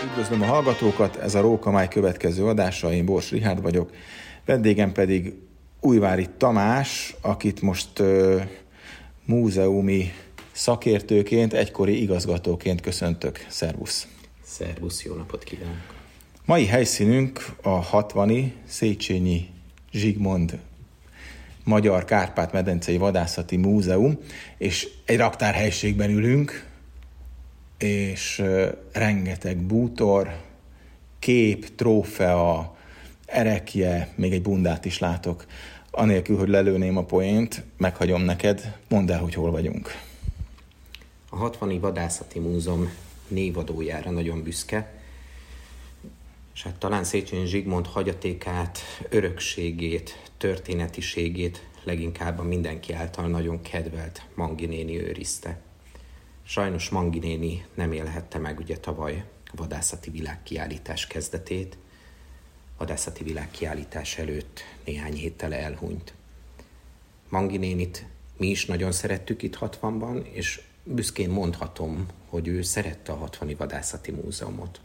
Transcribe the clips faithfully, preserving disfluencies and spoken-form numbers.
Üdvözlöm a hallgatókat, ez a Rókamály következő adása, én Bors Richárd vagyok, vendégem pedig Újvári Tamás, akit most uh, múzeumi szakértőként, egykori igazgatóként köszöntök. Szervusz! Szervusz, jó napot kívánok! Mai helyszínünk a hatvani Széchenyi Zsigmond Magyar Kárpát-medencei Vadászati Múzeum, és egy raktárhelyiségben ülünk, és rengeteg bútor, kép, trófea, erekje, még egy bundát is látok. Anélkül, hogy lelőném a poént, meghagyom neked, mondd el, hogy hol vagyunk. A hatvani Vadászati Múzeum névadójára nagyon büszke, és hát talán Széchenyi Zsigmond hagyatékát, örökségét, történetiségét leginkább a mindenki által nagyon kedvelt Mangi néni őrizte. Sajnos Mangi néni nem élhette meg ugye tavaly a vadászati világkiállítás kezdetét. A vadászati világkiállítás előtt néhány héttel elhunyt. Mangi nénit mi is nagyon szerettük itt hatvanban, és büszkén mondhatom, hogy ő szerette a hatvani Vadászati Múzeumot.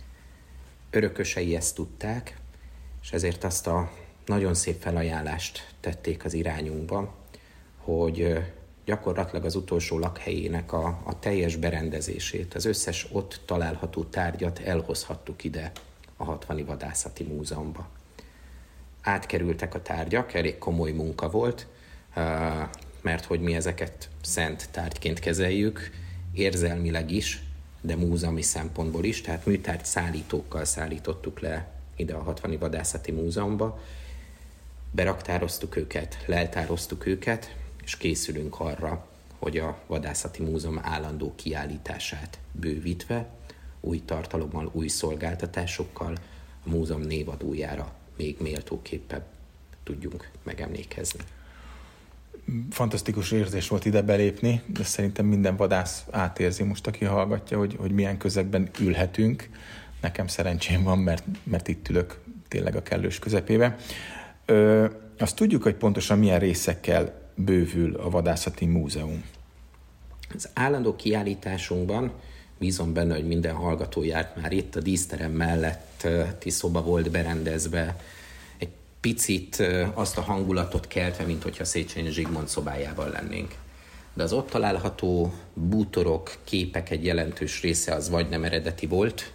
Örökösei ezt tudták, és ezért azt a nagyon szép felajánlást tették az irányunkba, hogy gyakorlatilag az utolsó lakhelyének a, a teljes berendezését, az összes ott található tárgyat elhozhattuk ide a hatvani Vadászati Múzeumba. Átkerültek a tárgyak, elég komoly munka volt, mert hogy mi ezeket szent tárgyként kezeljük, érzelmileg is, de múzeumi szempontból is, tehát műtárgy szállítókkal szállítottuk le ide a hatvani Vadászati Múzeumba, beraktároztuk őket, leltároztuk őket, és készülünk arra, hogy a Vadászati Múzeum állandó kiállítását bővítve, új tartalommal, új szolgáltatásokkal a múzeum névadójára még méltóképpen tudjunk megemlékezni. Fantasztikus érzés volt ide belépni, de szerintem minden vadász átérzi most, aki hallgatja, hogy, hogy milyen közegben ülhetünk. Nekem szerencsém van, mert, mert itt ülök tényleg a kellős közepébe. Ö, azt tudjuk, hogy pontosan milyen részekkel bővül a Vadászati Múzeum. Az állandó kiállításunkban bízom benne, hogy minden hallgató járt már itt, a díszterem melletti szoba volt berendezve, egy picit azt a hangulatot keltve, mint hogyha Széchenyi Zsigmond szobájában lennénk. De az ott található bútorok, képek egy jelentős része az vagy nem eredeti volt,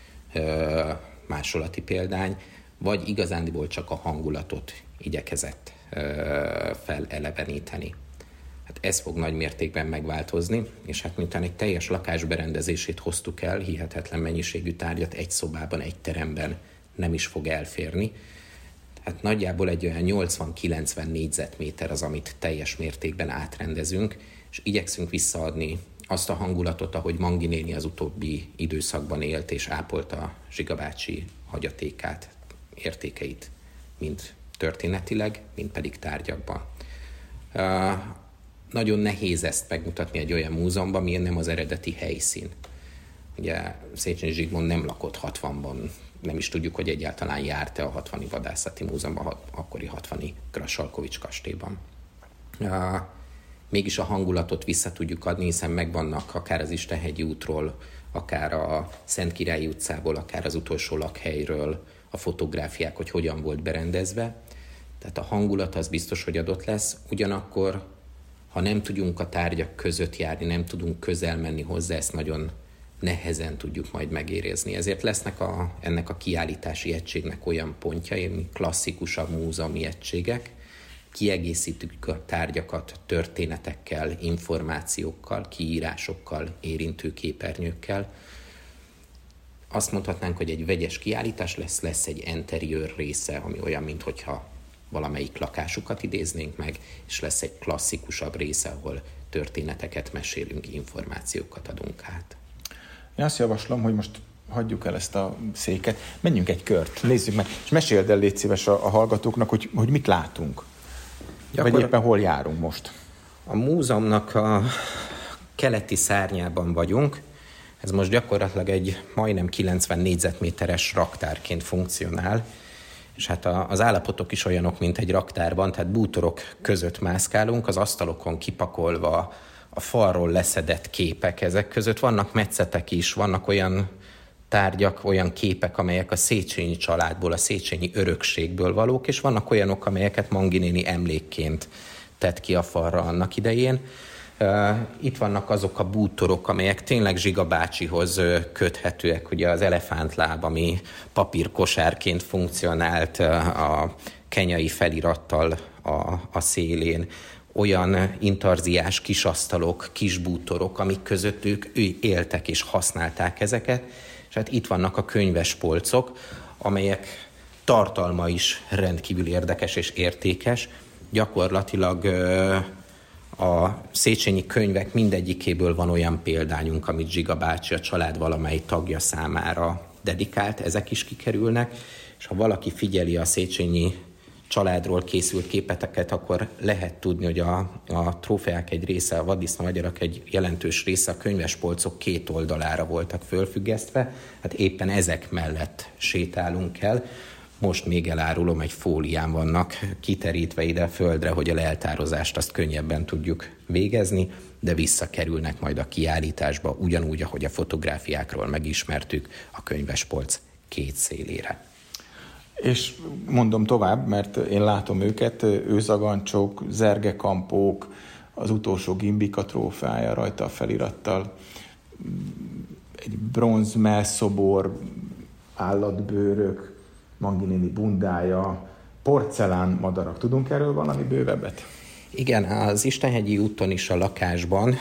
másolati példány, vagy igazándiból csak a hangulatot igyekezett feleleveníteni. Hát ez fog nagy mértékben megváltozni, és hát miután egy teljes lakás berendezését hoztuk el, hihetetlen mennyiségű tárgyat egy szobában, egy teremben nem is fog elférni. Hát nagyjából egy olyan nyolcvan-kilencven négyzetméter az, amit teljes mértékben átrendezünk, és igyekszünk visszaadni azt a hangulatot, ahogy Mangi néni az utóbbi időszakban élt, és ápolta Zsiga bácsi hagyatékát, értékeit, mind történetileg, mind pedig tárgyakban. Uh, nagyon nehéz ezt megmutatni egy olyan múzeumban, milyen nem az eredeti helyszín. Ugye Széchenyi Zsigmond nem lakott hatvanban, nem is tudjuk, hogy egyáltalán járt-e a hatvani Vadászati Múzeumban, a akkori hatvani Grassalkovich kastélyban. Uh, mégis a hangulatot vissza tudjuk adni, hiszen megvannak akár az Istenhegyi útról, akár a Szentkirályi utcából, akár az utolsó lakhelyről a fotográfiák, hogy hogyan volt berendezve. Tehát a hangulat az biztos, hogy adott lesz, ugyanakkor, ha nem tudunk a tárgyak között járni, nem tudunk közel menni hozzá, ezt nagyon nehezen tudjuk majd megérezni. Ezért lesznek a, ennek a kiállítási egységnek olyan pontjai, mint klasszikusabb múzeumi egységek, kiegészítjük a tárgyakat történetekkel, információkkal, kiírásokkal, érintő képernyőkkel. Azt mondhatnánk, hogy egy vegyes kiállítás lesz, lesz egy interiőr része, ami olyan, minthogyha valamelyik lakásukat idéznénk meg, és lesz egy klasszikusabb része, ahol történeteket mesélünk, információkat adunk át. Én azt javaslom, hogy most hagyjuk el ezt a széket, menjünk egy kört, nézzük meg, és meséld el, légy szíves a, a hallgatóknak, hogy, hogy mit látunk. Gyakor... Vagy éppen hol járunk most. A múzeumnak a keleti szárnyában vagyunk. Ez most gyakorlatilag egy majdnem kilencven négyzetméteres raktárként funkcionál, és hát a, az állapotok is olyanok, mint egy raktárban, tehát bútorok között mászkálunk, az asztalokon kipakolva a falról leszedett képek, ezek között vannak metszetek is, vannak olyan tárgyak, olyan képek, amelyek a Széchenyi családból, a Széchenyi örökségből valók, és vannak olyanok, amelyeket Mangi néni emlékként tett ki a falra annak idején. Itt vannak azok a bútorok, amelyek tényleg Zsiga bácsihoz köthetőek, ugye az elefántláb, ami papírkosárként funkcionált a kenyai felirattal a, a szélén, olyan intarziás kisasztalok, kis bútorok, amik között ők éltek és használták ezeket, és hát itt vannak a könyvespolcok, amelyek tartalma is rendkívül érdekes és értékes. Gyakorlatilag a széchenyi könyvek mindegyikéből van olyan példányunk, amit Zsiga bácsi a család valamely tagja számára dedikált, ezek is kikerülnek, és ha valaki figyeli a széchenyi családról készült képeteket, akkor lehet tudni, hogy a, a trófeák egy része, a vaddisznó agyarak egy jelentős része a könyvespolcok két oldalára voltak fölfüggesztve, hát éppen ezek mellett sétálunk el. Most még elárulom, egy fólián vannak kiterítve ide a földre, hogy a leltározást azt könnyebben tudjuk végezni, de visszakerülnek majd a kiállításba, ugyanúgy, ahogy a fotográfiákról megismertük, a könyvespolc két szélére. És mondom tovább, mert én látom őket, őzagancsok, zergekampók, az utolsó Gimbika trófeája rajta a felirattal, egy bronz mellszobor, állatbőrök, Mangi néni bundája, porcelán madarak. Tudunk erről valami bővebbet? Igen, az Istenhegyi úton is a lakásban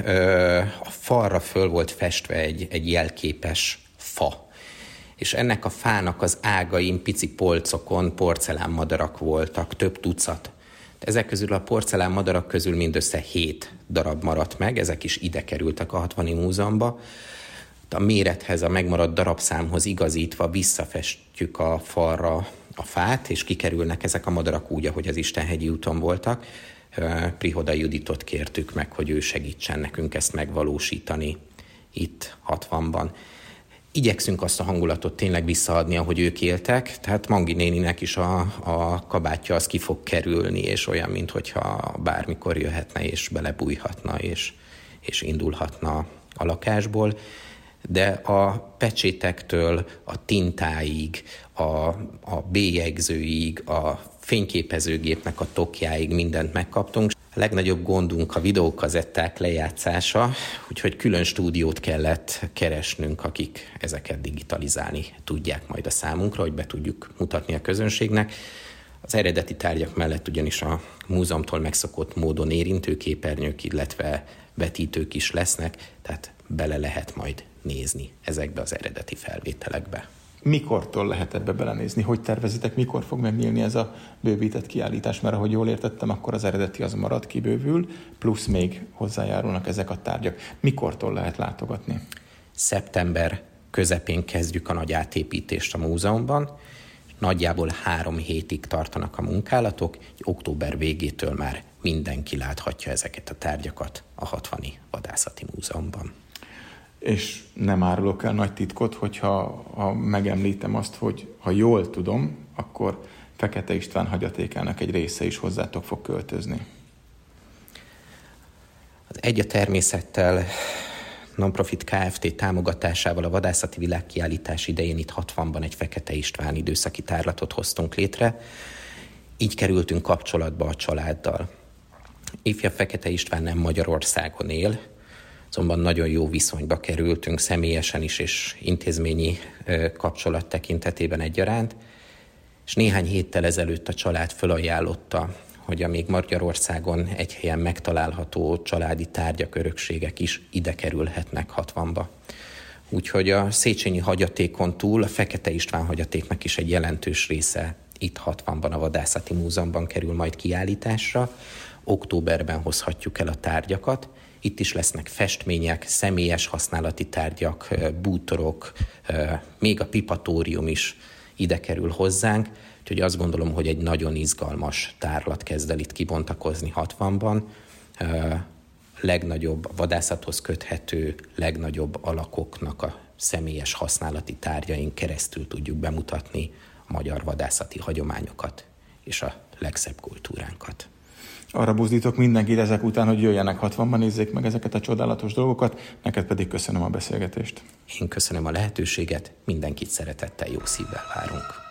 a falra föl volt festve egy, egy jelképes fa. És ennek a fának az ágain, pici polcokon porcelánmadarak voltak, több tucat. Ezek közül a porcelánmadarak közül mindössze hét darab maradt meg, ezek is ide kerültek a hatvani múzeumba. A mérethez, a megmaradt darabszámhoz igazítva visszafestjük a falra a fát, és kikerülnek ezek a madarak úgy, ahogy az Istenhegyi úton voltak. Prihoda Juditot kértük meg, hogy ő segítsen nekünk ezt megvalósítani itt hatvanban. Igyekszünk azt a hangulatot tényleg visszaadni, ahogy ők éltek, tehát Mangi néninek is a, a kabátja az ki fog kerülni, és olyan, minthogyha bármikor jöhetne, és belebújhatna, és, és indulhatna a lakásból. De a pecsétektől a tintáig, a, a bélyegzőig, a fényképezőgépnek a tokjáig mindent megkaptunk. A legnagyobb gondunk a videókazetták lejátszása, úgyhogy külön stúdiót kellett keresnünk, akik ezeket digitalizálni tudják majd a számunkra, hogy be tudjuk mutatni a közönségnek. Az eredeti tárgyak mellett ugyanis a múzeumtól megszokott módon érintőképernyők, illetve vetítők is lesznek, tehát bele lehet majd nézni ezekbe az eredeti felvételekbe. Mikortól lehet ebbe belenézni? Hogy tervezitek, mikor fog megnyílni ez a bővített kiállítás? Mert ahogy jól értettem, akkor az eredeti az marad, kibővül, plusz még hozzájárulnak ezek a tárgyak. Mikortól lehet látogatni? Szeptember közepén kezdjük a nagy átépítést a múzeumban. Nagyjából három hétig tartanak a munkálatok, október végétől már mindenki láthatja ezeket a tárgyakat a hatvani Vadászati Múzeumban. És nem árulok el nagy titkot, hogyha ha megemlítem azt, hogy ha jól tudom, akkor Fekete István hagyatékának egy része is hozzátok fog költözni. Az Egy a természettel Nonprofit Kft. Támogatásával a Vadászati Világkiállítás idején itt hatvanban egy Fekete István időszaki tárlatot hoztunk létre. Így kerültünk kapcsolatba a családdal. Ifjabb Fekete István nem Magyarországon él, azonban nagyon jó viszonyba kerültünk személyesen is, és intézményi kapcsolat tekintetében egyaránt, és néhány héttel ezelőtt a család fölajánlotta, hogy a még Magyarországon egy helyen megtalálható családi tárgyak, örökségek is ide kerülhetnek hatvanba. Úgyhogy a Széchenyi hagyatékon túl a Fekete István hagyatéknak is egy jelentős része itt hatvanban a Vadászati Múzeumban kerül majd kiállításra. Októberben hozhatjuk el a tárgyakat. Itt is lesznek festmények, személyes használati tárgyak, bútorok, még a pipatórium is ide kerül hozzánk. Úgyhogy azt gondolom, hogy egy nagyon izgalmas tárlat kezd el itt kibontakozni hatvanban. Legnagyobb, a vadászathoz köthető legnagyobb alakoknak a személyes használati tárgyain keresztül tudjuk bemutatni a magyar vadászati hagyományokat és a legszebb kultúránkat. arra buzdítok mindenkit ezek után, hogy jöjjenek hatvanban, nézzék meg ezeket a csodálatos dolgokat, neked pedig köszönöm a beszélgetést. Én köszönöm a lehetőséget, mindenkit szeretettel, jó szívvel várunk.